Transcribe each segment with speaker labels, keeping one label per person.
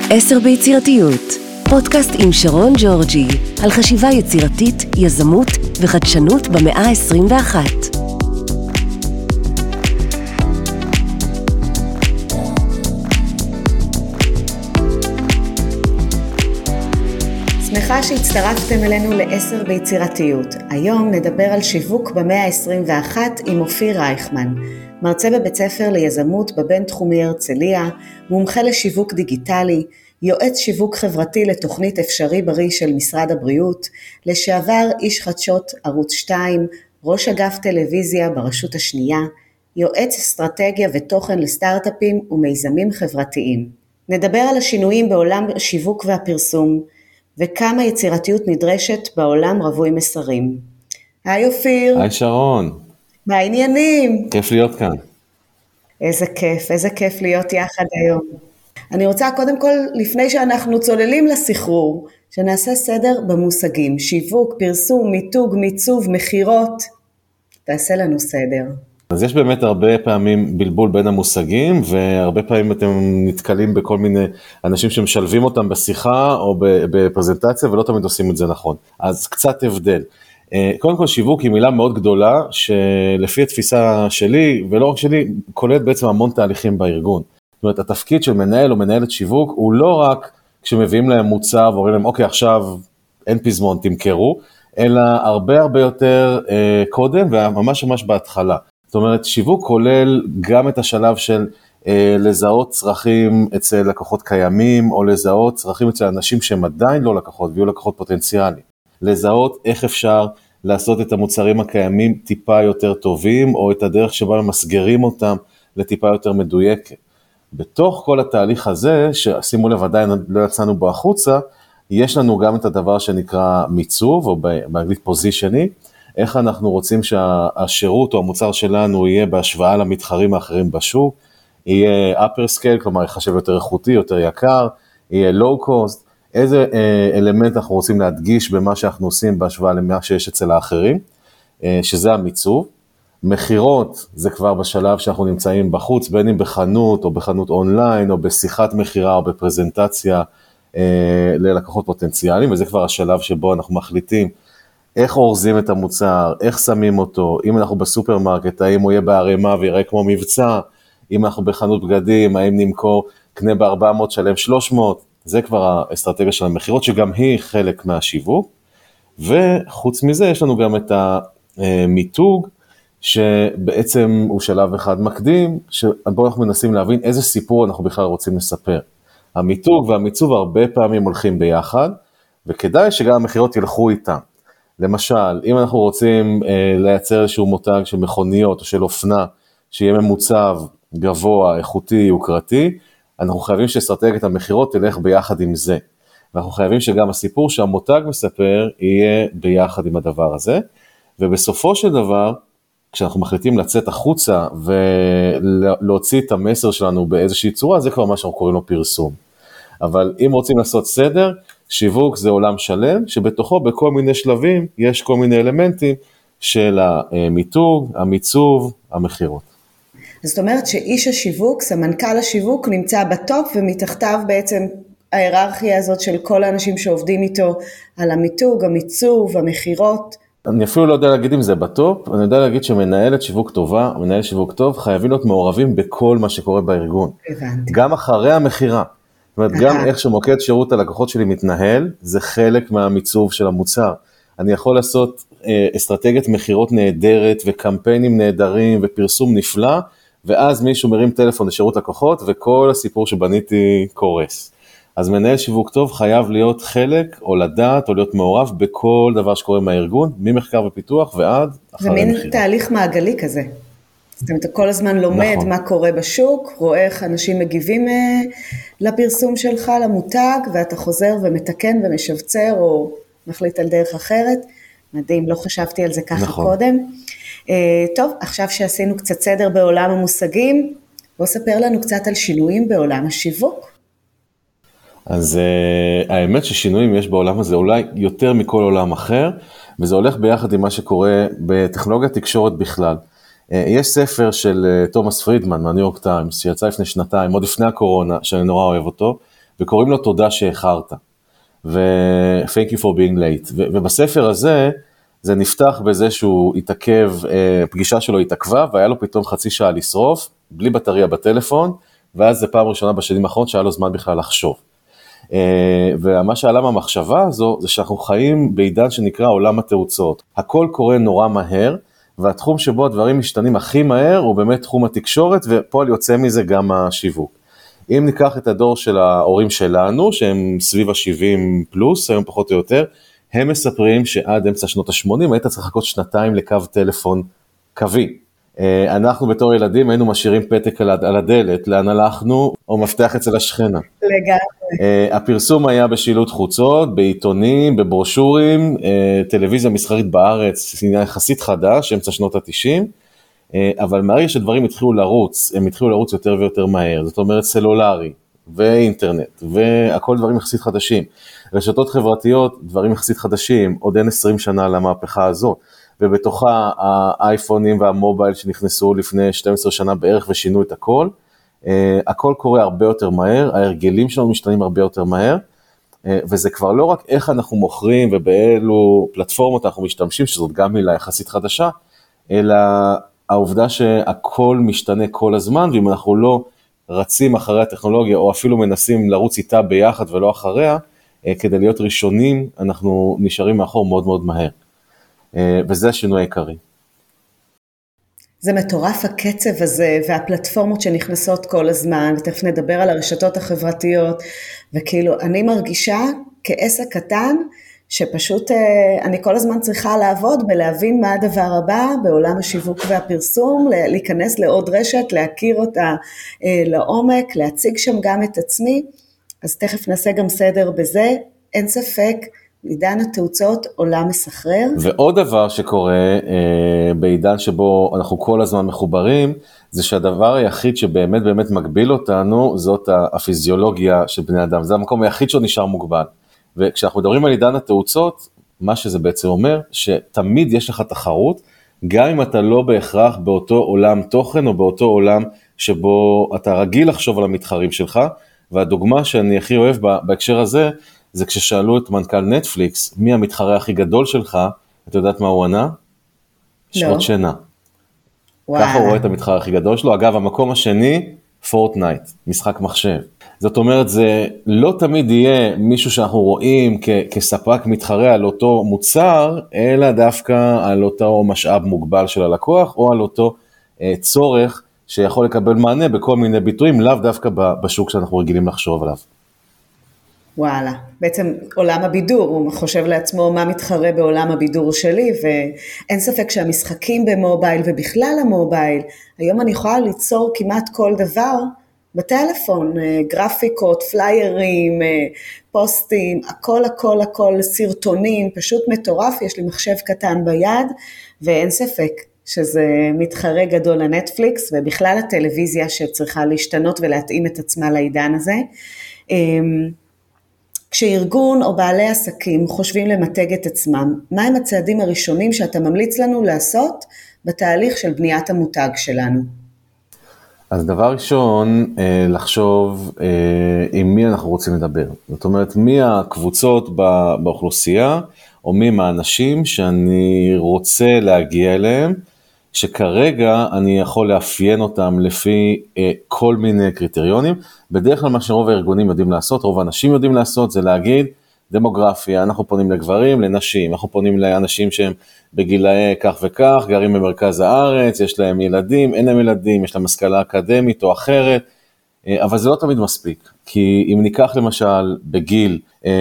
Speaker 1: 10 ביצירתיות, פודקאסט עם שרון ג'ורג'י, על חשיבה יצירתית, יזמות וחדשנות במאה ה-21. שמחה שהצטרפתם אלינו ל10 ביצירתיות. היום נדבר על שיווק במאה ה-21 עם אופיר רייכמן, מרצה בבית ספר ליזמות בבינתחומי הרצליה, מומחה לשיווק דיגיטלי, יועץ שיווק חברתי לתוכנית אפשרי בריא של משרד הבריאות, לשעבר איש חדשות ערוץ 2, ראש אגף טלוויזיה ברשות השנייה, יועץ אסטרטגיה ותוכן לסטארט-אפים ומיזמים חברתיים. נדבר על השינויים בעולם השיווק והפרסום, וכמה יצירתיות נדרשת בעולם רווי מסרים. היי אופיר.
Speaker 2: היי שרון.
Speaker 1: מה העניינים?
Speaker 2: כיף להיות כאן.
Speaker 1: איזה כיף להיות יחד היום. אני רוצה קודם כל, לפני שאנחנו צוללים לסחרור, שנעשה סדר במושגים, שיווק, פרסום, מיתוג, מיצוב, מחירות. תעשה לנו סדר.
Speaker 2: אז יש באמת הרבה פעמים בלבול בין המושגים, והרבה פעמים אתם נתקלים בכל מיני אנשים שמשלבים אותם בשיחה או בפרזנטציה, ולא תמיד עושים את זה נכון. אז קצת הבדל. קודם כל שיווק היא מילה מאוד גדולה, שלפי התפיסה שלי, ולא רק שלי, כוללת בעצם המון תהליכים בארגון. זאת אומרת, התפקיד של מנהל או מנהלת שיווק, הוא לא רק כשמביאים להם מוצר, ואומרים להם, אוקיי, עכשיו אין פזמון, תמכרו, אלא הרבה יותר קודם, וממש בהתחלה. זאת אומרת, שיווק כולל גם את השלב של לזהות צרכים אצל לקוחות קיימים, או לזהות צרכים אצל אנשים שהם עדיין לא לקוחות, ויהיו לקוחות פוטנציאליים. לזהות איך אפשר לעשות את המוצרים הקיימים טיפה יותר טובים, או את הדרך שבה מסגרים אותם לטיפה יותר מדויקת. בתוך כל התהליך הזה, ששימו לב עדיין לא יצאנו בו החוצה, יש לנו גם את הדבר שנקרא מיצוב, או באנגלית פוזישני, איך אנחנו רוצים שהשירות או המוצר שלנו יהיה בהשוואה למתחרים האחרים בשוק, יהיה upper scale, כלומר יחשב יותר איכותי, יותר יקר, יהיה low cost, איזה אלמנט אנחנו רוצים להדגיש במה שאנחנו עושים בהשוואה למה שיש אצל האחרים, שזה המיצוב. מחירות זה כבר בשלב שאנחנו נמצאים בחוץ, בין אם בחנות או בחנות אונליין או בשיחת מחירה או בפרזנטציה ללקוחות פוטנציאליים, וזה כבר השלב שבו אנחנו מחליטים איך אורזים את המוצר, איך שמים אותו, אם אנחנו בסופרמרקט, האם הוא יהיה בערימה ויראה כמו מבצע, אם אנחנו בחנות בגדים, האם נמכור קנה ב-400 שלם 300, זה כבר האסטרטגיה של המחירות, שגם היא חלק מהשיווק, וחוץ מזה יש לנו גם את המיתוג, שבעצם הוא שלב אחד מקדים, שבו אנחנו מנסים להבין איזה סיפור אנחנו בכלל רוצים לספר. המיתוג והמיצוב הרבה פעמים הולכים ביחד, וכדאי שגם המחירות ילכו איתם. למשל, אם אנחנו רוצים לייצר איזשהו מותג של מכוניות או של אופנה, שיהיה ממוצב, גבוה, איכותי, יוקרתי, אנחנו חייבים שאסטרטגיית המחירות תלך ביחד עם זה. ואנחנו חייבים שגם הסיפור שהמותג מספר יהיה ביחד עם הדבר הזה. ובסופו של דבר, כשאנחנו מחליטים לצאת החוצה ולהוציא את המסר שלנו באיזושהי צורה, זה כבר מה שאנחנו קוראים לו פרסום. אבל אם רוצים לעשות סדר, שיווק זה עולם שלם, שבתוכו בכל מיני שלבים יש כל מיני אלמנטים של המיתוג, המיצוב, המחירות.
Speaker 1: זאת אומרת שאיש השיווק, סמנכ"ל השיווק, נמצא בטופ, ומתחתיו בעצם ההיררכיה הזאת של כל האנשים שעובדים איתו על המיתוג, המיצוב, המחירות.
Speaker 2: אני אפילו לא יודע להגיד אם זה בטופ, אני יודע להגיד שמנהלת שיווק טובה, מנהל שיווק טוב, חייבים להיות מעורבים בכל מה שקורה בארגון.
Speaker 1: הבנתי.
Speaker 2: גם אחרי המחירה. זאת אומרת, גם איך שמוקד שירות הלקוחות שלי מתנהל, זה חלק מהמיצוב של המוצר. אני יכול לעשות אסטרטגיית מחירות נהדרת, וקמפיינים נהדרים, ופרסום נפלא, ואז מישהו מרים טלפון לשירות לקוחות, וכל הסיפור שבניתי קורס. אז מנהל שיווק טוב חייב להיות חלק, או לדעת, או להיות מעורב, בכל דבר שקורה מהארגון, ממחקר ופיתוח ועד אחרי מחירה.
Speaker 1: זה מין תהליך מעגלי כזה. זאת אומרת, אתה כל הזמן לומד מה קורה בשוק, רואה איך אנשים מגיבים לפרסום שלך, למותג, ואתה חוזר ומתקן ומשבצר, או מחליט על דרך אחרת. מדהים, לא חשבתי על זה ככה קודם. טוב, עכשיו שעשינו קצת סדר בעולם המושגים, בוא ספר לנו קצת על שינויים בעולם השיווק.
Speaker 2: אז האמת ששינויים יש בעולם הזה אולי יותר מכל עולם אחר, וזה הולך ביחד עם מה שקורה בטכנולוגיית תקשורת בכלל. יש ספר של תומאס פרידמן מהניו יורק טיימס, שיצא לפני שנתיים, עוד לפני הקורונה, שאני נורא אוהב אותו, וקוראים לו תודה שאיחרת, ו-thank you for being late, ובספר הזה, זה נפתח בזה שהוא התעכב, פגישה שלו התעכבה, והיה לו פתאום חצי שעה לשרוף, בלי בטריה בטלפון, ואז זה פעם ראשונה בשנים האחרונות שהיה לו זמן בכלל לחשוב. ומה שעלה מהמחשבה הזו, זה שאנחנו חיים בעידן שנקרא עולם התאוצות. הכל קורה נורא מהר, והתחום שבו הדברים משתנים הכי מהר, הוא באמת תחום התקשורת, ופועל יוצא מזה גם השיווק. אם ניקח את הדור של ההורים שלנו, שהם סביב ה-70 פלוס, היום פחות או יותר, הם מספרים שעד אמצע שנות ה-80, היית צריך לחכות 2 לקו טלפון קווי. אנחנו בתור ילדים היינו משאירים פתק על הדלת, לאן הלכנו, או מפתח אצל השכנה. לגמרי. הפרסום היה בשילוט חוצות, בעיתונים, בברושורים, טלוויזיה מסחרית בארץ, יחסית חדש, אמצע שנות ה-90, אבל מהרגע שדברים התחילו לרוץ, הם התחילו לרוץ יותר ויותר מהר, זאת אומרת סלולרי ואינטרנט, והכל דברים יחסית חדשים. רשתות חברתיות, דברים יחסית חדשים, עוד אין 20 שנה למהפכה הזאת, ובתוכה האייפונים והמובייל שנכנסו לפני 12 שנה בערך ושינו את הכל, הכל קורה הרבה יותר מהר, ההרגלים שלנו משתנים הרבה יותר מהר, וזה כבר לא רק איך אנחנו מוכרים ובאילו פלטפורמות אנחנו משתמשים, שזאת גם מילה יחסית חדשה, אלא העובדה שהכל משתנה כל הזמן, ואם אנחנו לא רצים אחרי הטכנולוגיה, או אפילו מנסים לרוץ איתה ביחד ולא אחריה, כדי להיות ראשונים, אנחנו נשארים מאחור מאוד מאוד מהר. וזה השינוי העיקרי.
Speaker 1: זה מטורף הקצב הזה, והפלטפורמות שנכנסות כל הזמן, ותכף נדבר על הרשתות החברתיות, וכאילו אני מרגישה כעסק קטן, שפשוט אני כל הזמן צריכה לעבוד בלהבין מה הדבר הבא בעולם השיווק והפרסום, להיכנס לעוד רשת, להכיר אותה לעומק, להציג שם גם את עצמי, אז תכף נעשה גם סדר בזה, אין ספק, בעידן התאוצות עולם מסחרר.
Speaker 2: ועוד דבר שקורה בעידן שבו אנחנו כל הזמן מחוברים, זה שהדבר היחיד שבאמת באמת מגביל אותנו, זאת הפיזיולוגיה של בני אדם, זה המקום היחיד שהוא נשאר מוגבל. וכשאנחנו מדברים על עידן התאוצות, מה שזה בעצם אומר, שתמיד יש לך תחרות, גם אם אתה לא בהכרח באותו עולם תוכן, או באותו עולם שבו אתה רגיל לחשוב על המתחרים שלך, והדוגמה שאני הכי אוהב בהקשר הזה, זה כששאלו את מנכ"ל נטפליקס, מי המתחרה הכי גדול שלך, את יודעת מה הוא ענה? שעות שינה. ככה הוא רואה את המתחרה הכי גדול שלו. אגב, המקום השני, פורטנייט, משחק מחשב. זאת אומרת, זה לא תמיד יהיה מישהו שאנחנו רואים כספק מתחרה על אותו מוצר, אלא דווקא על אותו משאב מוגבל של הלקוח, או על אותו צורך שיכול לקבל מענה בכל מיני ביטויים, לאו דווקא בשוק שאנחנו רגילים לחשוב עליו.
Speaker 1: וואלה, בעצם עולם הבידור, הוא חושב לעצמו מה מתחרה בעולם הבידור שלי, ואין ספק שהמשחקים במובייל ובכלל המובייל, היום אני יכולה ליצור כמעט כל דבר בטלפון, גרפיקות, פליירים, פוסטים, הכל, סרטונים, פשוט מטורף, יש לי מחשב קטן ביד, ואין ספק שזה מתחרה גדול לנטפליקס, ובכלל הטלוויזיה שצריכה להשתנות ולהתאים את עצמה לעידן הזה. כשארגון או בעלי עסקים חושבים למתג את עצמם, מהם הצעדים הראשונים שאתה ממליץ לנו לעשות בתהליך של בניית המותג שלנו?
Speaker 2: אז דבר ראשון, לחשוב עם מי אנחנו רוצים לדבר. זאת אומרת, מי הקבוצות באוכלוסייה, או מי מהאנשים שאני רוצה להגיע אליהם, שכרגע אני יכול לאפיין אותם לפי כל מיני קריטריונים. בדרך כלל מה שרוב הארגונים יודעים לעשות, רוב האנשים יודעים לעשות, זה להגיד דמוגרפיה, אנחנו פונים לגברים, לנשים, אנחנו פונים לאנשים שהם בגילאי כך וכך, גרים במרכז הארץ, יש להם ילדים, אין להם ילדים, יש להם השכלה אקדמית או אחרת, אבל זה לא תמיד מספיק, כי אם ניקח למשל בגיל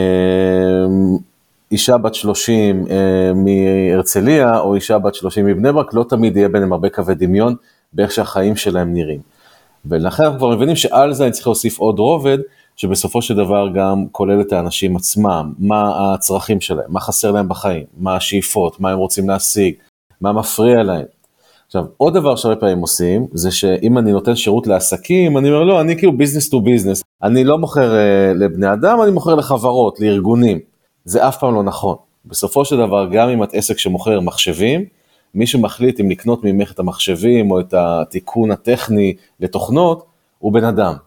Speaker 2: אישה בת 30 מהרצליה, או אישה בת 30 מבני ברק, לא תמיד יהיה ביניהם הרבה קווי דמיון, באיך שהחיים שלהם נראים. ולכן אנחנו כבר מבינים שעל זה אני צריך להוסיף עוד רובד, שבסופו של דבר גם כולל את האנשים עצמם, מה הצרכים שלהם, מה חסר להם בחיים, מה השאיפות, מה הם רוצים להשיג, מה מפריע להם. עכשיו, עוד דבר שהרבה פעמים עושים, זה שאם אני נותן שירות לעסקים, אני אומר, לא, אני כאילו business to business, אני לא מוכר לבני אדם, אני מוכר לחברות, לארגונים. זה אף פעם לא נכון. בסופו של דבר, גם אם את עסק שמוכר מחשבים, מי שמחליט אם לקנות ממך את המחשבים, או את התיקון הטכני לתוכנות, הוא בן אדם.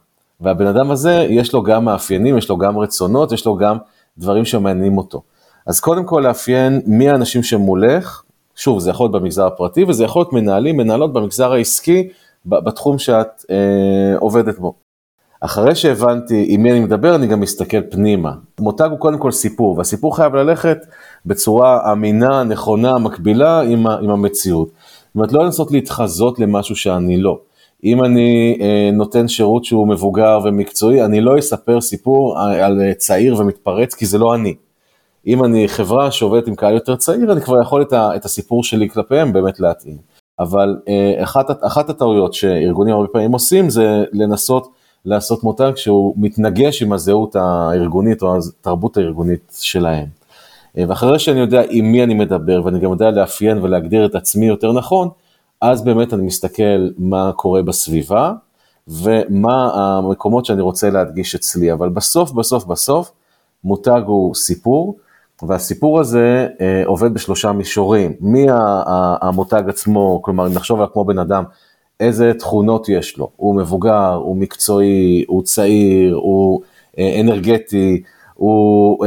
Speaker 2: והבן אדם הזה יש לו גם מאפיינים, יש לו גם רצונות, יש לו גם דברים שמעניינים אותו. אז קודם כל לאפיין מי האנשים שמולך, שוב, זה יכול להיות במגזר הפרטי, וזה יכול להיות מנהלים, מנהלות במגזר העסקי, בתחום שאת עובדת בו. אחרי שהבנתי עם מי אני מדבר, אני גם מסתכל פנימה. מותג הוא קודם כל סיפור, והסיפור חייב ללכת בצורה אמינה, נכונה, מקבילה עם המציאות. זאת אומרת, לא לנסות להתחזות למשהו שאני לא. אם אני נותן שירות שהוא מבוגר ומקצועי, אני לא אספר סיפור על צעיר ומתפרץ, כי זה לא אני. אם אני חברה שעובדת עם קהל יותר צעיר, אני כבר יכול את הסיפור שלי כלפיהם באמת להתאים. אבל אחת הטעויות שארגונים הרבה פעמים עושים, זה לנסות לעשות מותג שהוא מתנגש עם הזהות הארגונית או התרבות הארגונית שלהם. ואחרי שאני יודע עם מי אני מדבר, ואני גם יודע לאפיין ולהגדיר את עצמי יותר נכון, אז באמת אני מסתכל מה קורה בסביבה, ומה המקומות שאני רוצה להדגיש אצלי. אבל בסוף, מותג הוא סיפור, והסיפור הזה עובד בשלושה מישורים. מי המותג עצמו, כלומר, נחשוב עליו כמו בן אדם, איזה תכונות יש לו, הוא מבוגר, הוא מקצועי, הוא צעיר, הוא אנרגטי, הוא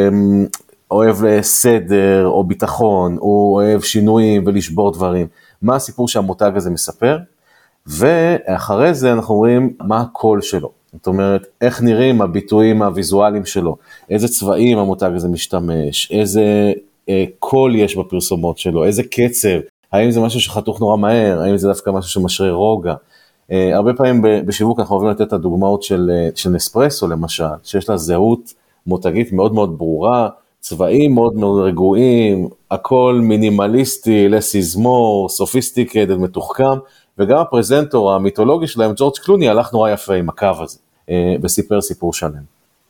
Speaker 2: אוהב סדר או ביטחון, הוא אוהב שינויים ולשבור דברים. מה הסיפור שהמותג הזה מספר? ואחרי זה אנחנו רואים מה הקול שלו. זאת אומרת, איך נראים הביטויים הוויזואליים שלו, איזה צבעים המותג הזה משתמש, איזה קול יש בפרסומות שלו, איזה קצב, האם זה משהו שחתוך נורא מהר, האם זה דווקא משהו שמשרה רוגע. הרבה פעמים בשיווק אנחנו אוהבים לתת את הדוגמאות של נספרסו למשל, שיש לה זהות מותגית מאוד מאוד ברורה, צבעים מאוד מאוד רגועים, הכל מינימליסטי, לסיזמור, סופיסטיקד, מתוחכם, וגם הפרזנטור המיתולוגי שלהם, ג'ורג' קלוני, הלך נורא יפה עם הקו הזה, וסיפר סיפור שלם.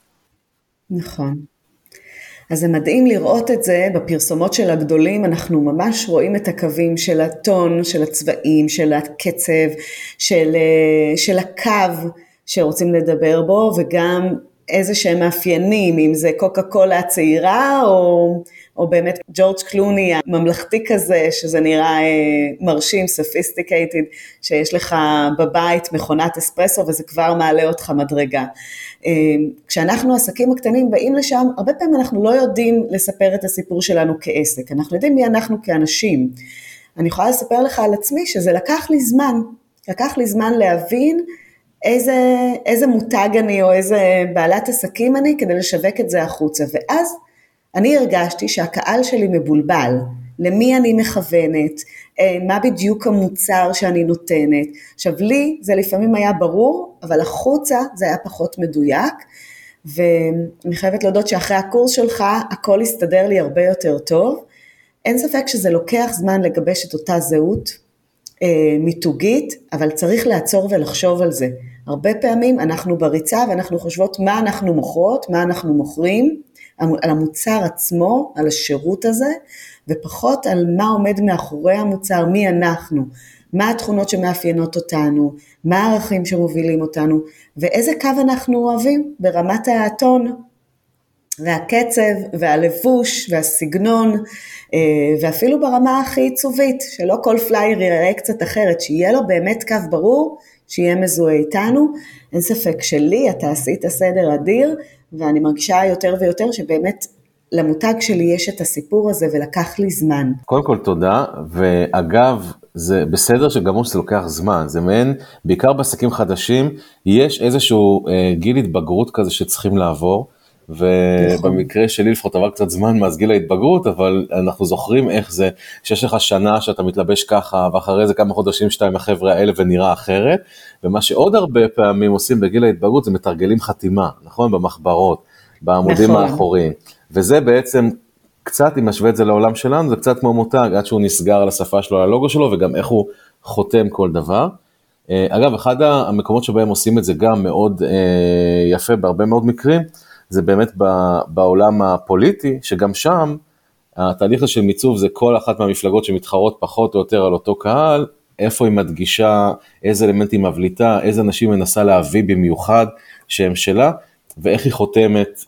Speaker 1: נכון. אז זה מדהים לראות את זה בפרסומות של הגדולים, אנחנו ממש רואים את הקווים של הטון, של הצבעים, של הקצב, של הקו שרוצים לדבר בו, וגם איזה שהם מאפיינים, אם זה קוקה קולה הצעירה, או באמת ג'ורג' קלוני הממלכתי כזה, שזה נראה מרשים, סופיסטיקייטד, שיש לך בבית מכונת אספרסו, וזה כבר מעלה אותך מדרגה. כשאנחנו עסקים הקטנים באים לשם, הרבה פעמים אנחנו לא יודעים לספר את הסיפור שלנו כעסק, אנחנו יודעים מי אנחנו כאנשים. אני יכולה לספר לך על עצמי שזה לקח לי זמן להבין איזה מותג אני או איזה בעלת עסקים אני כדי לשווק את זה החוצה, ואז אני הרגשתי שהקהל שלי מבולבל, למי אני מכוונת, מה בדיוק המוצר שאני נותנת. עכשיו לי זה לפעמים היה ברור, אבל החוצה זה היה פחות מדויק, ואני חייבת להודות שאחרי הקורס שלך הכל הסתדר לי הרבה יותר טוב. אין ספק שזה לוקח זמן לגבש את אותה זהות מיתוגית, אבל צריך לעצור ולחשוב על זה. הרבה פעמים אנחנו בריצה ואנחנו חושבות מה אנחנו מוכרות, מה אנחנו מוכרים, על המוצר עצמו, על השירות הזה, ופחות על מה עומד מאחורי המוצר, מי אנחנו, מה התכונות שמאפיינות אותנו, מה הערכים שמובילים אותנו, ואיזה קו אנחנו אוהבים ברמת הטון, והקצב, והלבוש, והסגנון, ואפילו ברמה הכי עיצובית, שלא כל פלייר יראה קצת אחרת, שיהיה לו באמת קו ברור, שיהיה מזוהה איתנו. אין ספק שלי, אתה עשית סדר אדיר, ואני מרגישה יותר ויותר שבאמת למותג שלי יש את הסיפור הזה, ולקח לי זמן.
Speaker 2: קודם כל תודה, ואגב, זה בסדר שגם שזה לוקח זמן, זה מעין, בעיקר בעסקים חדשים, יש איזשהו גיל התבגרות כזה שצריכים לעבור, ובמקרה שלי לפחות עבר קצת זמן מאז גיל ההתבגרות, אבל אנחנו זוכרים איך זה, שיש לך שנה שאתה מתלבש ככה, ואחרי זה כמה חודשים שאתה עם החבר'ה האלה ונראה אחרת, ומה שעוד הרבה פעמים עושים בגיל ההתבגרות, זה מתרגלים חתימה, נכון? במחברות, בעמודים האחוריים, וזה בעצם קצת, אם משווה את זה לעולם שלנו, זה קצת כמו מותג, עד שהוא נסגר על השפה שלו, על הלוגו שלו, וגם איך הוא חותם כל דבר. אגב, אחד המקומות שבהם עושים את זה גם מאוד יפה, בהרבה מאוד מקרים, זה באמת בעולם הפוליטי, שגם שם, התהליך של מיצוב זה כל אחת מהמפלגות שמתחרות פחות או יותר על אותו קהל, איפה היא מדגישה, איזה אלמנטים מבליטה, איזה אנשים מנסה להביא במיוחד שהם שלה, ואיך היא חותמת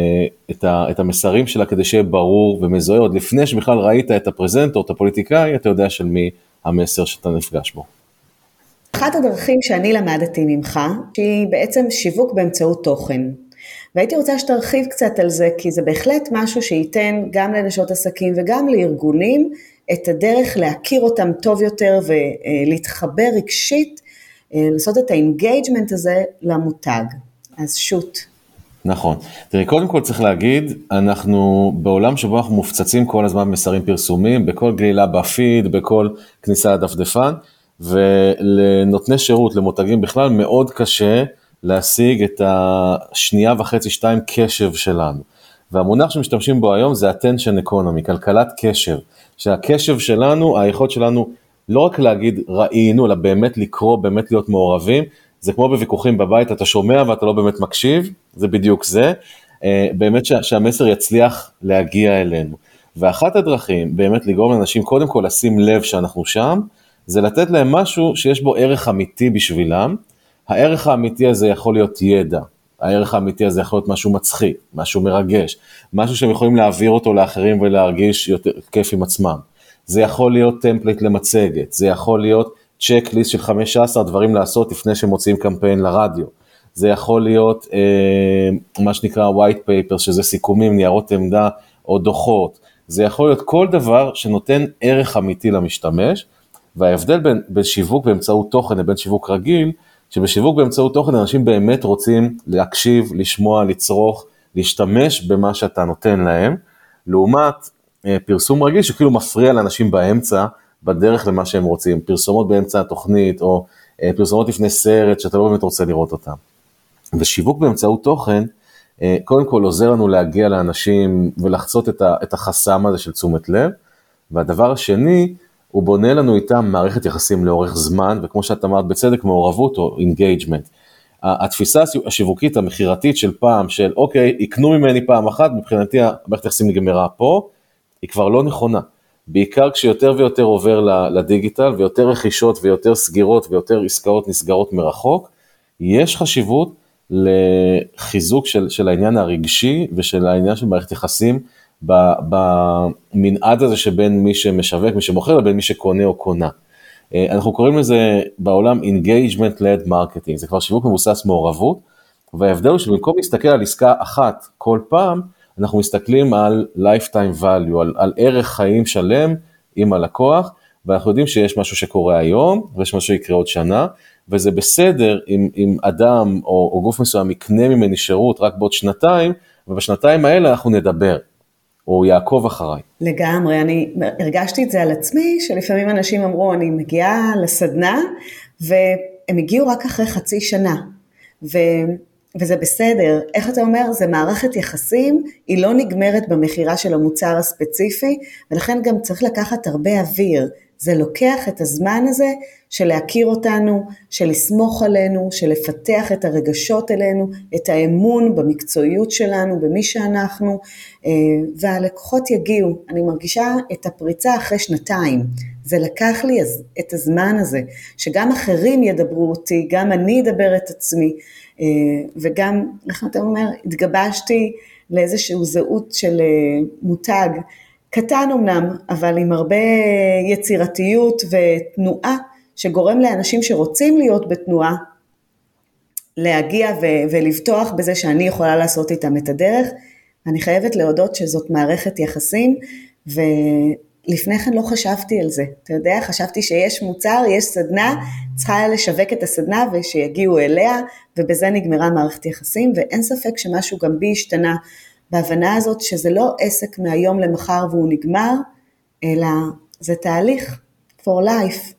Speaker 2: את המסרים שלה כדי שיהיה ברור ומזוהה, עוד לפני שבכלל ראית את הפרזנטור, את הפוליטיקאי, אתה יודע של מי המסר שאתה נפגש בו.
Speaker 1: אחת הדרכים שאני למדתי ממך, שהיא בעצם שיווק באמצעות תוכן. והייתי רוצה שתרחיב קצת על זה, כי זה בהחלט משהו שייתן גם לנשות עסקים וגם לארגונים, את הדרך להכיר אותם טוב יותר ולהתחבר רגשית, לעשות את האינגייג'מנט הזה למותג. אז שוט.
Speaker 2: נכון. תראי, קודם כל צריך להגיד, אנחנו בעולם שבו אנחנו מופצצים כל הזמן מסרים פרסומים, בכל גלילה בפיד, בכל כניסה לדפדפן, ולנותני שירות, למותגים בכלל, מאוד קשה להשיג את השנייה וחצי, 2 קשב שלנו. והמונח שמשתמשים בו היום זה attention economy, כלכלת קשב, שהקשב שלנו, היכולת שלנו לא רק להגיד ראינו, אלא באמת לקרוא, באמת להיות מעורבים, זה כמו בוויכוחים בבית, אתה שומע ואתה לא באמת מקשיב, זה בדיוק זה, באמת שהמסר יצליח להגיע אלינו. ואחת הדרכים באמת לגרום לאנשים קודם כל לשים לב שאנחנו שם, זה לתת להם משהו שיש בו ערך אמיתי בשבילם, הערך האמיתי הזה יכול להיות ידע, הערך האמיתי הזה יכול להיות משהו מצחיק, משהו מרגש, משהו שהם יכולים להעביר אותו לאחרים ולהרגיש יותר כיף עם עצמם. זה יכול להיות טמפלט למצגת, זה יכול להיות צ'קליסט של 15 דברים לעשות לפני שמוציאים קמפיין לרדיו. זה יכול להיות מה שנקרא white paper, שזה סיכומים, ניירות עמדה או דוחות. זה יכול להיות כל דבר שנותן ערך אמיתי למשתמש, וההבדל בין שיווק באמצעות תוכן לבין שיווק רגיל, שבשיווק באמצעות תוכן אנשים באמת רוצים להקשיב, לשמוע, לצרוך, להשתמש במה שאתה נותן להם, לעומת פרסום רגיל שכאילו מפריע לאנשים באמצע, בדרך למה שהם רוצים, פרסומות באמצע התוכנית, או פרסומות לפני סרט, שאתה לא באמת רוצה לראות אותם. ושיווק באמצעות תוכן, קודם כל עוזר לנו להגיע לאנשים, ולחצות את החסם הזה של תשומת לב, והדבר השני, הוא בונה לנו איתם מערכת יחסים לאורך זמן, וכמו שאת אמרת בצדק, מעורבות או engagement. התפיסה השיווקית המחירתית של פעם, של אוקיי, יקנו ממני פעם אחת, מבחינתי המערכת יחסים נגמרה פה, היא כבר לא נכונה. בעיקר כשיותר ויותר עובר לדיגיטל, ויותר רכישות ויותר סגירות ויותר עסקאות נסגרות מרחוק, יש חשיבות לחיזוק של העניין הרגשי, ושל העניין של מערכת יחסים, במנעד הזה שבין מי שמשווק, מי שמוכר, לבין מי שקונה או קונה. אנחנו קוראים לזה בעולם engagement-led marketing, זה כבר שיווק מבוסס מעורבות, וההבדל הוא שבמקום להסתכל על עסקה אחת כל פעם, אנחנו מסתכלים על lifetime value, על ערך חיים שלם עם הלקוח, ואנחנו יודעים שיש משהו שקורה היום, ויש משהו שיקרה עוד שנה, וזה בסדר אם אדם או גוף מסוים יקנה ממני שירות רק בעוד שנתיים, ובשנתיים האלה אנחנו נדבר, או יעקוב אחריי.
Speaker 1: לגמרי, אני הרגשתי את זה על עצמי, שלפעמים אנשים אמרו, אני מגיעה לסדנה, והם הגיעו רק אחרי חצי שנה, וזה בסדר. איך אתה אומר? זה מערכת יחסים, היא לא נגמרת במחירה של המוצר הספציפי, ולכן גם צריך לקחת הרבה אוויר. זה לוקח את הזמן הזה של להכיר אותנו, של לסמוך עלינו, של לפתח את הרגשות אלינו, את האמון במקצועיות שלנו, במי שאנחנו, והלקוחות יגיעו. אני מרגישה את הפריצה אחרי שנתיים. זה לקח לי את הזמן הזה, שגם אחרים ידברו אותי, גם אני אדבר את עצמי, וגם, איך אתה אומר, התגבשתי לאיזשהו זהות של מותג, קטן אמנם, אבל עם הרבה יצירתיות ותנועה, שגורם לאנשים שרוצים להיות בתנועה, להגיע ולבטוח בזה שאני יכולה לעשות איתם את הדרך. אני חייבת להודות שזאת מערכת יחסים, ולפני כן לא חשבתי על זה. אתה יודע, חשבתי שיש מוצר, יש סדנה, צריכה לשווק את הסדנה ושיגיעו אליה, ובזה נגמרה מערכת יחסים, ואין ספק שמשהו גם בי השתנה, בהבנה הזאת שזה לא עסק מהיום למחר והוא נגמר, אלא זה תהליך for life.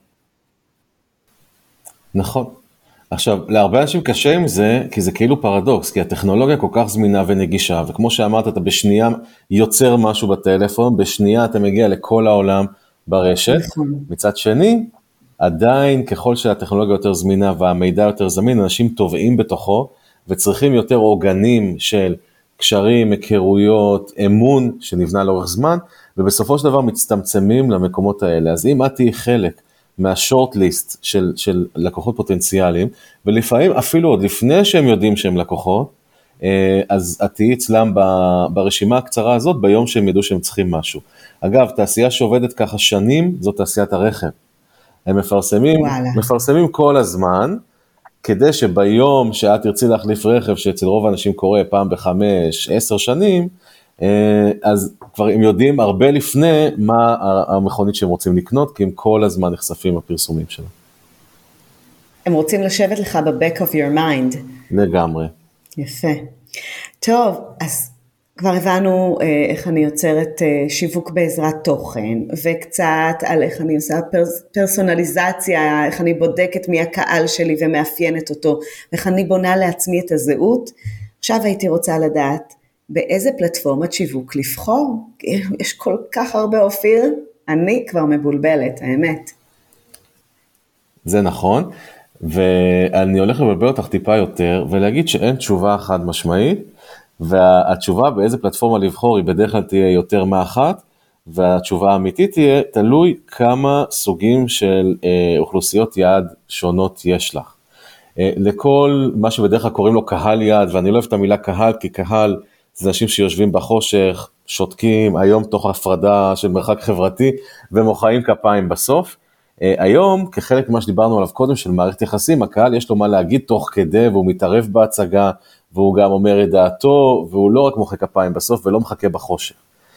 Speaker 2: נכון. עכשיו, להרבה אנשים קשה עם זה, כי זה כאילו פרדוקס, כי הטכנולוגיה כל כך זמינה ונגישה, וכמו שאמרת, אתה בשנייה יוצר משהו בטלפון, בשנייה אתה מגיע לכל העולם ברשת.
Speaker 1: נכון.
Speaker 2: מצד שני, עדיין ככל שהטכנולוגיה יותר זמינה והמידע יותר זמין, אנשים טובעים בתוכו, וצריכים יותר עוגנים של קשרים, היכרויות, אמון שנבנה לאורך זמן, ובסופו של דבר מצטמצמים למקומות האלה. אז אם את תהיי חלק מהשורט ליסט של לקוחות פוטנציאליים, ולפעמים אפילו עוד לפני שהם יודעים שהם לקוחות, אז את תהיי אצלם ברשימה הקצרה הזאת, ביום שהם ידעו שהם צריכים משהו. אגב, תעשייה שעובדת ככה שנים, זאת תעשיית הרכב. הם מפרסמים כל הזמן, כדי שביום שאת תרצי להחליף רכב, שאצל רוב האנשים קורה פעם ב5-10 שנים, אז כבר הם יודעים הרבה לפני מה המכונית שהם רוצים לקנות, כי הם כל הזמן נחשפים בפרסומים שלהם.
Speaker 1: הם רוצים לשבת לך ב-back of your mind.
Speaker 2: לגמרי.
Speaker 1: יפה. טוב, אז כבר הבנו איך אני יוצרת שיווק בעזרת תוכן, וקצת על איך אני עושה פרסונליזציה, איך אני בודקת מי הקהל שלי ומאפיינת אותו, ואיך אני בונה לעצמי את הזהות. עכשיו הייתי רוצה לדעת, באיזה פלטפורמת שיווק לבחור? יש כל כך הרבה אופיר, אני כבר מבולבלת, האמת.
Speaker 2: זה נכון, ואני הולך לבלבל אותך טיפה יותר, ולהגיד שאין תשובה חד משמעית, והתשובה באיזה פלטפורמה לבחור היא בדרך כלל תהיה יותר מאחת, והתשובה האמיתית תהיה תלוי כמה סוגים של אוכלוסיות יעד שונות יש לך. לכל מה שבדרך כלל קוראים לו קהל יעד, ואני לא אוהב את המילה קהל, כי קהל זה אנשים שיושבים בחושך, שותקים, היום תוך הפרדה של מרחק חברתי, ומוחאים כפיים בסוף. היום, כחלק ממה שדיברנו עליו קודם של מערכת יחסים, הקהל יש לו מה להגיד תוך כדי, והוא מתערב בהצגה, והוא גם אומר את דעתו, והוא לא רק מוחא כפיים בסוף, ולא מחכה בחושך.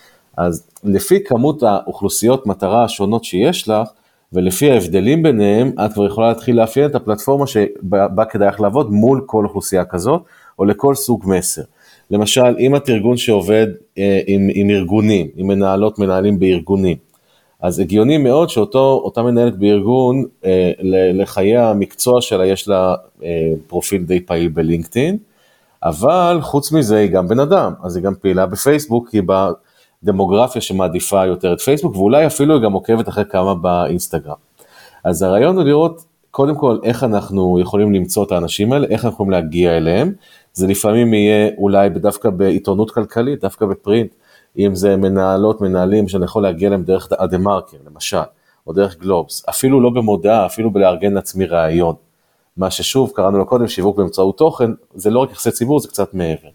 Speaker 2: אז לפי כמות האוכלוסיות מטרה השונות שיש לך, ולפי ההבדלים ביניהם, את כבר יכולה להתחיל לאפיין את הפלטפורמה שבה כדאי לך לעבוד מול כל אוכלוסייה כזאת, או לכל סוג מסר. למשל, אם את ארגון שעובד עם ארגונים, עם מנהלות מנהלים בארגונים, אז הגיוני מאוד שאותה מנהלת בארגון, לחיי המקצוע שלה יש לה פרופיל די פעיל בלינקדאין, אבל חוץ מזה היא גם בן אדם, אז היא גם פעילה בפייסבוק, היא בדמוגרפיה שמעדיפה יותר את פייסבוק, ואולי אפילו היא גם עוקבת אחרי כמה באינסטגרם. אז הרעיון הוא לראות, קודם כל, איך אנחנו יכולים למצוא את האנשים האלה, איך אנחנו יכולים להגיע אליהם, זה לפעמים יהיה אולי דווקא בעיתונות כלכלית, דווקא בפרינט, אם זה מנהלות, מנהלים שאני יכול להגיע להם דרך אדמרקר, למשל, או דרך גלובס, אפילו לא במודעה, אפילו בלארגן לעצמי רעיון. מה ששוב, קראנו לו קודם, שיווק באמצעות תוכן, זה לא רק יחסי ציבור, זה קצת מעבר.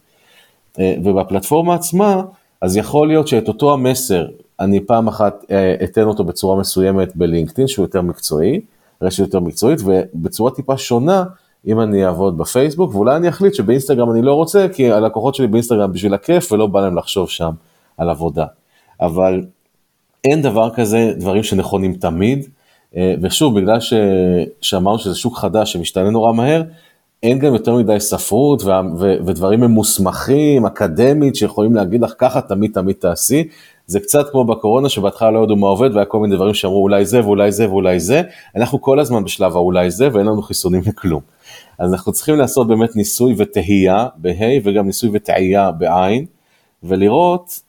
Speaker 2: ובפלטפורמה עצמה, אז יכול להיות שאת אותו המסר, אני פעם אחת אתן אותו בצורה מסוימת בלינקדאין, שהוא יותר מקצועי, רשת יותר מקצועית, ובצורה טיפה שונה, אם אני אעבוד בפייסבוק, ואולי אני אחליט שבאינסטגרם אני לא רוצה, כי הלקוחות שלי באינסטגרם בשביל הכיף, ולא בא להם לחשוב שם על עבודה. אבל אין דבר כזה, דברים שנכונים תמיד, ושוב, בגלל שאמרנו שזה שוק חדש שמשתנה נורא מהר, אין גם יותר מדי ספרות ודברים ממוסמכים, אקדמית, שיכולים להגיד לך ככה תמיד תעשי, זה קצת כמו בקורונה שבהתחלה לא ידעו מה עובד, והיה כל מיני דברים שאמרו אולי זה ואולי זה ואולי זה, אנחנו כל הזמן בשלב האולי זה, ואין לנו חיסונים לכלום. אז אנחנו צריכים לעשות באמת ניסוי ותהייה בהי, וגם ניסוי ותהייה בעין, ולראות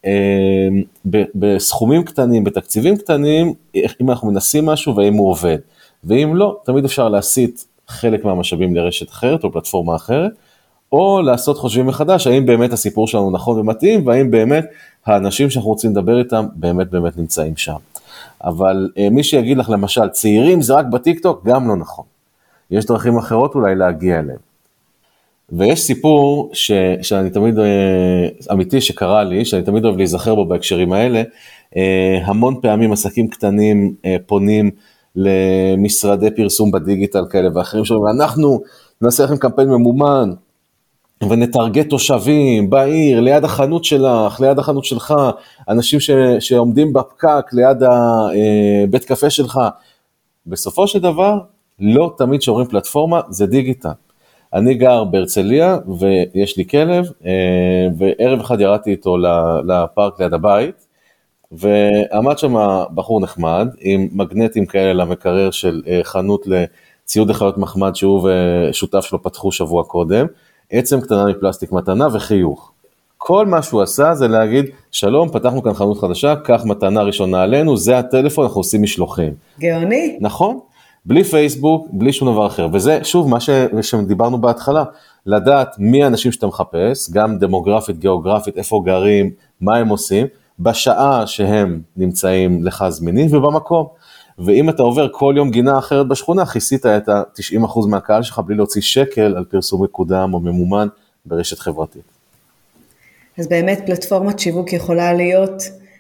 Speaker 2: בסכומים קטנים, בתקציבים קטנים, אם אנחנו מנסים משהו והאם הוא עובד. ואם לא, תמיד אפשר להסיט חלק מהמשאבים לרשת אחרת או פלטפורמה אחרת, או לעשות חושבים מחדש, האם באמת הסיפור שלנו נכון ומתאים, והאם באמת האנשים שאנחנו רוצים לדבר איתם באמת נמצאים שם. אבל מי שיגיד לך למשל, צעירים זה רק בטיקטוק, גם לא נכון. יש דרכים אחרות אולי להגיע אליהם. ויש סיפור שאני תמיד, אמיתי שקרה לי, שאני תמיד אוהב להיזכר בו בהקשרים האלה, המון פעמים עסקים קטנים פונים למשרדי פרסום בדיגיטל כאלה ואחרים שאומרים, אנחנו נעשה לכם קמפיין ממומן, ונטרגט תושבים בעיר, ליד החנות שלך, ליד החנות שלך, אנשים שעומדים בפקק ליד בית קפה שלך. בסופו של דבר, לא תמיד שאומרים פלטפורמה, זה דיגיטל. אני גר בהרצליה, ויש לי כלב, וערב אחד ירדתי איתו לפארק ליד הבית, ועמד שם בחור נחמד, עם מגנטים כאלה למקרר של חנות לציוד לחיות מחמד, שהוא ושותף שלו פתחו שבוע קודם, עצם קטנה מפלסטיק מתנה וחיוך. כל מה שהוא עשה זה להגיד, שלום, פתחנו כאן חנות חדשה, כך מתנה ראשונה עלינו, זה הטלפון, אנחנו עושים משלוחים.
Speaker 1: גאוני.
Speaker 2: נכון? בלי פייסבוק, בלי שום דבר אחר. וזה, שוב, מה שדיברנו בהתחלה, לדעת מי האנשים שאתה מחפש, גם דמוגרפית, גיאוגרפית, איפה גרים, מה הם עושים, בשעה שהם נמצאים לך זמינים ובמקום. ואם אתה עובר כל יום גינה אחרת בשכונה, כיסית את ה-90% מהקהל שלך בלי להוציא שקל על פרסום מקודם או ממומן ברשת חברתית.
Speaker 1: אז באמת פלטפורמת שיווק יכולה להיות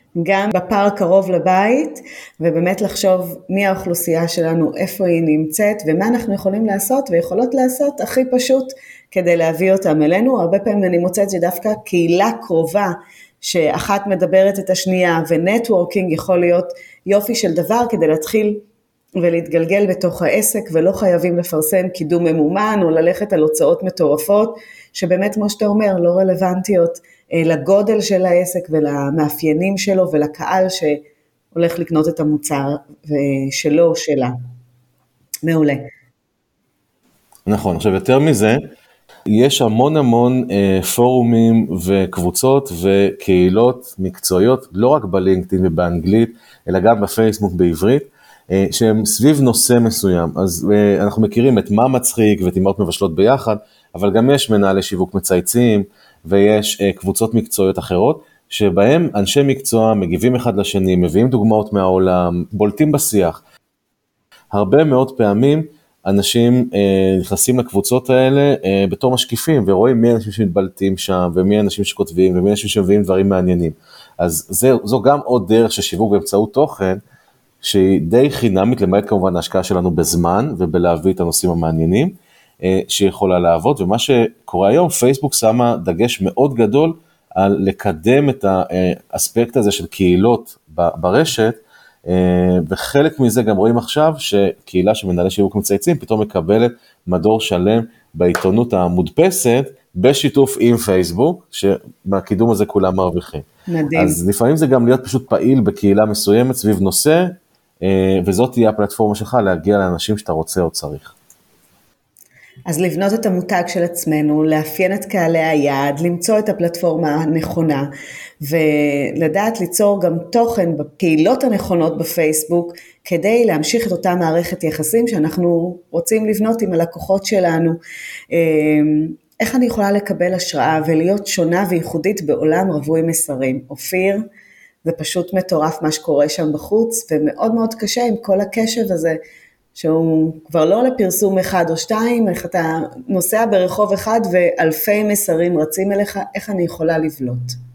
Speaker 1: גם בפארק קרוב לבית, ובאמת לחשוב מי האוכלוסייה שלנו, איפה היא נמצאת, ומה אנחנו יכולים לעשות ויכולות לעשות הכי פשוט כדי להביא אותם אלינו. הרבה פעמים אני מוצאת שדווקא קהילה קרובה, שאחת מדברת את השנייה, ונטוורקינג יכול להיות יופי של דבר כדי להתחיל ולהתגלגל בתוך העסק, ולא חייבים לפרסם קידום ממומן, או ללכת על הוצאות מטורפות, שבאמת כמו שאתה אומר, לא רלוונטיות לגודל של העסק, ולמאפיינים שלו, ולקהל שהולך לקנות את המוצר שלו או שלה. מעולה.
Speaker 2: נכון, עכשיו יותר מזה, יש המון פורומים וקבוצות וקהילות מקצועיות, לא רק בלינקדאין ובאנגלית, אלא גם בפייסבוק בעברית, שהם סביב נושא מסוים. אז אנחנו מכירים את מה מצחיק ואת אמהות מבשלות ביחד, אבל גם יש מנהלי שיווק מצייצים, ויש קבוצות מקצועיות אחרות, שבהם אנשי מקצוע מגיבים אחד לשני, מביאים דוגמאות מהעולם, בולטים בשיח. הרבה מאוד פעמים אנשים נכנסים לקבוצות האלה בתור משקיפים, ורואים מי אנשים שמתבלטים שם, ומי אנשים שכותבים, ומי אנשים שמביאים דברים מעניינים. אז זו גם עוד דרך של שיווק באמצעות תוכן, שהיא די חינמית, למעט כמובן ההשקעה שלנו בזמן, ובלהביא את הנושאים המעניינים, שיכולה לעבוד. ומה שקורה היום, פייסבוק שמה דגש מאוד גדול, על לקדם את האספקט הזה של קהילות ברשת, וחלק מזה גם רואים עכשיו שקהילה שמנהלי שיווק מצייצים פתאום מקבלת מדור שלם בעיתונות המודפסת בשיתוף עם פייסבוק, שבקידום הזה כולם מרוויחים. מדהים. אז לפעמים זה גם להיות פשוט פעיל בקהילה מסוימת סביב נושא, וזאת תהיה הפלטפורמה שלך להגיע לאנשים שאתה רוצה או צריך.
Speaker 1: אז לבנות את המותג של עצמנו, לאפיין את קהלי היעד, למצוא את הפלטפורמה הנכונה, ולדעת ליצור גם תוכן בקהילות הנכונות בפייסבוק, כדי להמשיך את אותה מערכת יחסים שאנחנו רוצים לבנות עם הלקוחות שלנו. איך אני יכולה לקבל השראה ולהיות שונה וייחודית בעולם רווי מסרים? אופיר, זה פשוט מטורף מה שקורה שם בחוץ, ומאוד מאוד קשה עם כל הקשב הזה, שהוא כבר לא לפרסום אחד או שתיים, איך אתה נוסע ברחוב אחד ואלפי מסרים רצים אליך, איך אני יכולה לבלוט?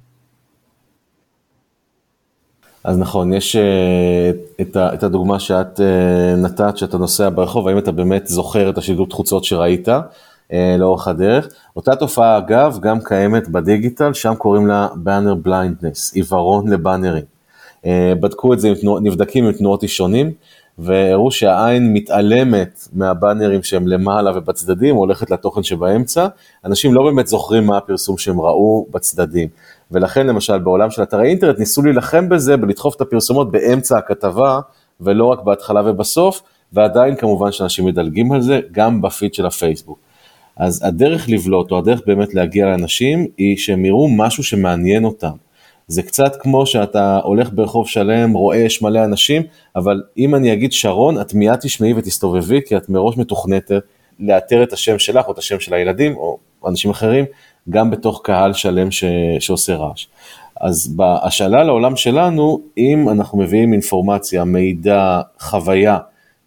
Speaker 2: אז נכון, יש את הדוגמה שאת נתת, שאתה נוסע ברחוב, האם אתה באמת זוכר את השילוב חוצות שראית לאורך הדרך. אותה תופעה אגב גם קיימת בדיגיטל, שם קוראים לה banner blindness, עיוורון לבאנרים. בדקו את זה, נבדקים עם תנועות אישונים, והראו שהעין מתעלמת מהבאנרים שהם למעלה ובצדדים, הולכת לתוכן שבאמצע, אנשים לא באמת זוכרים מה הפרסום שהם ראו בצדדים, ולכן למשל בעולם של אתרי אינטרנט ניסו להילחם בזה, בלדחוף את הפרסומות באמצע הכתבה, ולא רק בהתחלה ובסוף, ועדיין כמובן שאנשים מדלגים על זה, גם בפיד של הפייסבוק. אז הדרך לבלוט, או הדרך באמת להגיע לאנשים, היא שהם יראו משהו שמעניין אותם. זה קצת כמו שאתה הולך ברחוב שלם, רואה יש מלא אנשים, אבל אם אני אגיד שרון, את מיד תשמעי ותסתובבי, כי את מראש מתוכנתת לאתר את השם שלך, או את השם של הילדים, או אנשים אחרים, גם בתוך קהל שלם שעושה רעש. אז בהשאלה לעולם שלנו, אם אנחנו מביאים אינפורמציה, מידע, חוויה,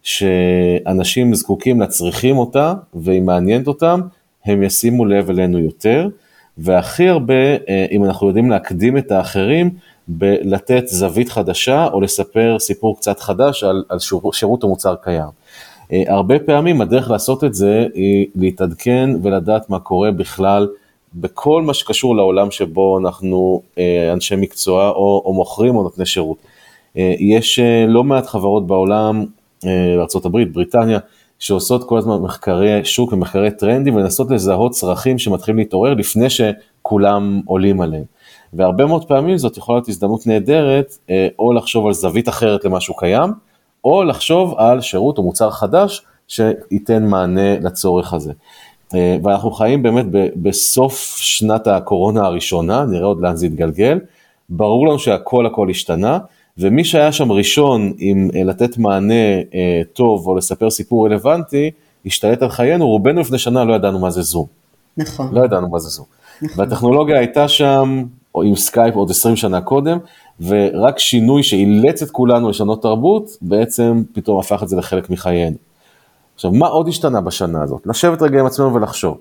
Speaker 2: שאנשים זקוקים לצריכים אותה, והיא מעניינת אותם, הם ישימו לב אלינו יותר, והכי הרבה, אם אנחנו יודעים להקדים את האחרים, בלתת זווית חדשה, או לספר סיפור קצת חדש על שירות או מוצר קיים. הרבה פעמים הדרך לעשות את זה, היא להתעדכן ולדעת מה קורה בכלל, בכל מה שקשור לעולם שבו אנחנו אנשי מקצוע, או מוכרים או נותני שירות. יש לא מעט חברות בעולם, בארצות הברית, בריטניה, שעושות כל הזמן מחקרי שוק ומחקרי טרנדים, ולנסות לזהות צרכים שמתחילים להתעורר לפני שכולם עולים עליהם. והרבה מאוד פעמים זאת יכולה להיות הזדמנות נהדרת, או לחשוב על זווית אחרת למשהו קיים, או לחשוב על שירות או מוצר חדש, שייתן מענה לצורך הזה. ואנחנו חיים באמת בסוף שנת הקורונה הראשונה, נראה עוד לאן זה יתגלגל, ברור לנו שהכל השתנה, ומי שהיה שם ראשון עם לתת מענה טוב או לספר סיפור רלוונטי, השתלט על חיינו, רובנו לפני שנה לא ידענו מה זה זום.
Speaker 1: נכון.
Speaker 2: לא ידענו מה זה זום. נכון. והטכנולוגיה הייתה שם, או עם סקייפ עוד 20 שנה קודם, ורק שינוי שאילץ את כולנו לשנות תרבות, בעצם פתאום הפך את זה לחלק מחיינו. עכשיו, מה עוד השתנה בשנה הזאת? לשבת רגע עם עצמנו ולחשוב.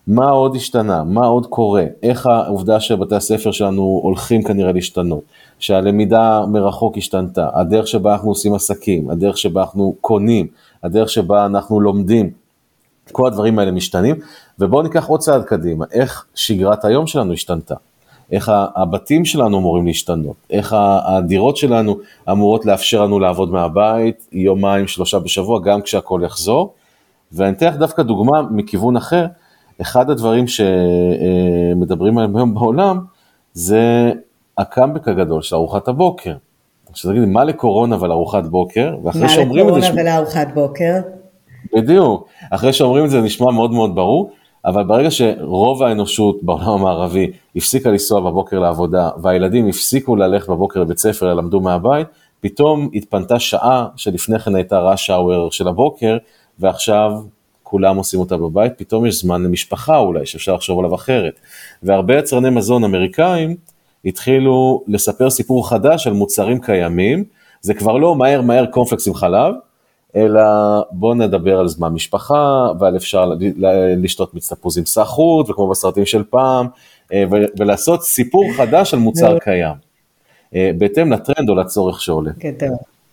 Speaker 2: מה עוד השתנה, מה עוד קורה, איך העובדה שבתי הספר שלנו הולכים כנראה להשתנות, שהלמידה מרחוק השתנתה, הדרך שבה אנחנו עושים עסקים, הדרך שבה אנחנו קונים, הדרך שבה אנחנו לומדים, כל הדברים האלה משתנים, ובואו ניקח עוד צעד קדימה, איך שגרת היום שלנו השתנתה, איך הבתים שלנו אמורים להשתנות, איך הדירות שלנו אמורות לאפשר לנו לעבוד מהבית, יומיים, 3 בשבוע, גם כשהכל יחזור, ואני אתן לך דווקא דוגמה מכיוון אחר, אחד הדברים שמדברים עליהם היום בעולם, זה הקאמבק הגדול של ארוחת הבוקר. עכשיו תגידי, מה לקורונה ולארוחת בוקר?
Speaker 1: מה לקורונה ולארוחת בוקר?
Speaker 2: בדיוק, אחרי שאומרים את זה נשמע מאוד מאוד ברור, אבל ברגע שרוב האנושות בעולם המערבי הפסיקה לנסוע בבוקר לעבודה, והילדים הפסיקו ללכת בבוקר לבית ספר, למדו מהבית, פתאום התפנתה שעה שלפני כן הייתה rush hour של הבוקר, ועכשיו כולם עושים אותה בבית, פתאום יש זמן למשפחה אולי, שאפשר לחשוב עליו אחרת. והרבה יצרני מזון אמריקאים התחילו לספר סיפור חדש על מוצרים קיימים, זה כבר לא מהר קורנפלקס עם חלב, אלא בוא נדבר על זמן משפחה, ועל אפשר לשתות מיץ תפוז עם סחוט, וכמו בסרטים של פעם, ולעשות סיפור חדש על מוצר קיים, בהתאם לטרנד או לצורך שעולה.
Speaker 1: גדול.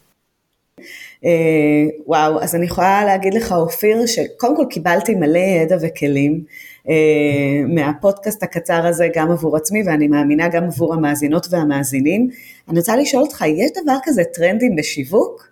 Speaker 1: וואו, אז אני יכולה להגיד לך אופיר, שקודם כל קיבלתי מלא ידע וכלים, מהפודקאסט הקצר הזה גם עבור עצמי, ואני מאמינה גם עבור המאזינות והמאזינים. אני רוצה לשאול אותך, יש דבר כזה טרנדים בשיווק?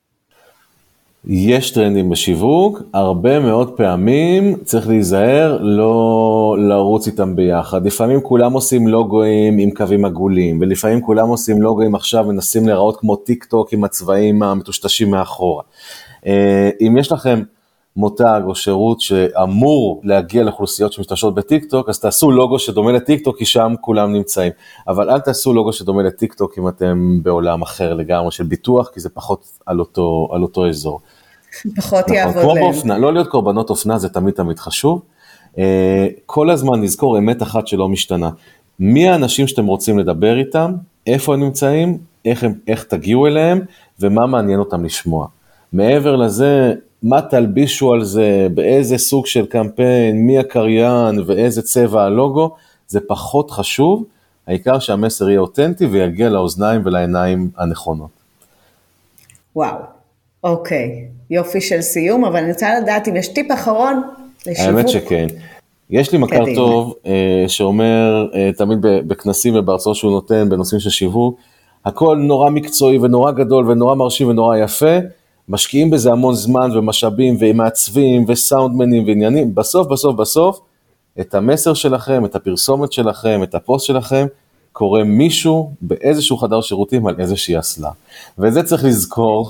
Speaker 2: יש טרנדים בשיווק, הרבה מאוד פעמים צריך להיזהר לא לרוץ איתם ביחד, לפעמים כולם עושים לוגויים עם קווים עגולים, ולפעמים כולם עושים לוגויים עכשיו מנסים להיראות כמו טיק טוק עם הצבעים המטושטשים מאחורה. אם יש לכם מותג או שירות שאמור להגיע לאוכלוסיות שמשתמשות בטיק טוק, אז תעשו לוגו שדומה לטיק טוק, כי שם כולם נמצאים. אבל אל תעשו לוגו שדומה לטיק טוק אם אתם בעולם אחר לגמרי של ביטוח, כי זה פחות על אותו אזור.
Speaker 1: פחות יעבוד להם.
Speaker 2: לא להיות קורבנות אופנה זה תמיד חשוב. כל הזמן נזכור אמת אחת שלא משתנה. מי האנשים שאתם רוצים לדבר איתם, איפה הם נמצאים, איך תגיעו אליהם, ומה מעניין אותם לשמוע. מעבר לזה, מה תלבישו על זה, באיזה סוג של קמפיין, מי הקריין ואיזה צבע הלוגו, זה פחות חשוב, העיקר שהמסר יהיה אותנטי ויגיע לאוזניים ולעיניים הנכונות.
Speaker 1: וואו, אוקיי, יופי של סיום, אבל אני רוצה לדעת אם יש טיפ אחרון לשיווק.
Speaker 2: האמת שכן, יש לי מכר טוב שאומר תמיד בכנסים ובהרצאות שהוא נותן בנושאים של שיווק, הכל נורא מקצועי ונורא גדול ונורא מרשים ונורא יפה, משקיעים בזה המון זמן ומשאבים ומעצבים וסאונדמנים ועניינים, בסוף, את המסר שלכם, את הפרסומת שלכם, את הפוסט שלכם, קורא מישהו באיזשהו חדר שירותים על איזושהי אסלה. וזה צריך לזכור,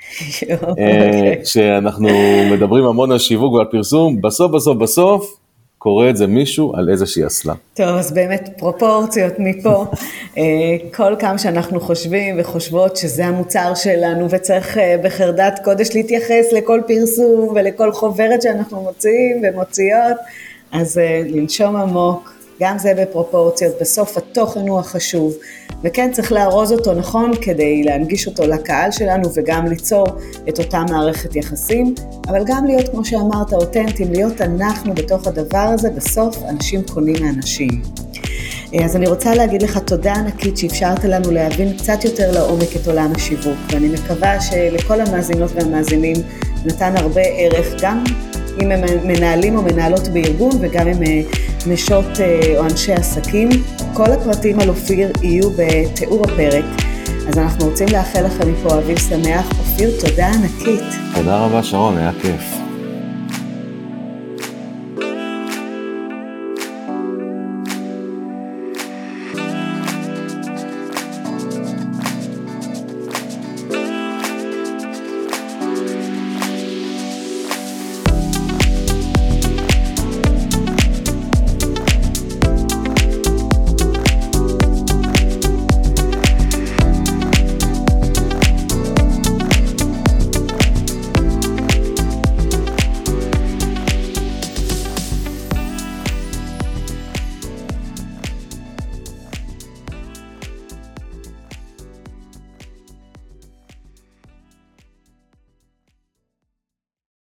Speaker 2: כשאנחנו מדברים המון על שיווק ועל פרסום, בסוף, קורא את זה מישהו על איזושהי אסלה.
Speaker 1: טוב, אז באמת פרופורציות מפה, כל כמה שאנחנו חושבים וחושבות שזה המוצר שלנו, וצריך בחרדת קודש להתייחס לכל פרסום ולכל חוברת שאנחנו מוציאים ומוציאות, אז לנשום עמוק, גם זה בפרופורציות, בסוף התוכן הוא החשוב, וכן צריך לארוז אותו נכון כדי להנגיש אותו לקהל שלנו וגם ליצור את אותה מערכת יחסים, אבל גם להיות, כמו שאמרת, אותנטיים, להיות אנחנו בתוך הדבר הזה, בסוף אנשים קונים מאנשים. אז אני רוצה להגיד לך תודה ענקית שאפשרת לנו להבין קצת יותר לעומק את עולם השיווק, ואני מקווה שלכל המאזינות והמאזינים נתן הרבה ערך, גם אם הם מנהלים או מנהלות בארגון, וגם אם נשות או אנשי עסקים. כל הפרטים על אופיר יהיו בתיאור הפרק, אז אנחנו רוצים לאחל לכם מפה אביב שמח. אופיר, תודה ענקית.
Speaker 2: תודה רבה שרון, היה כיף.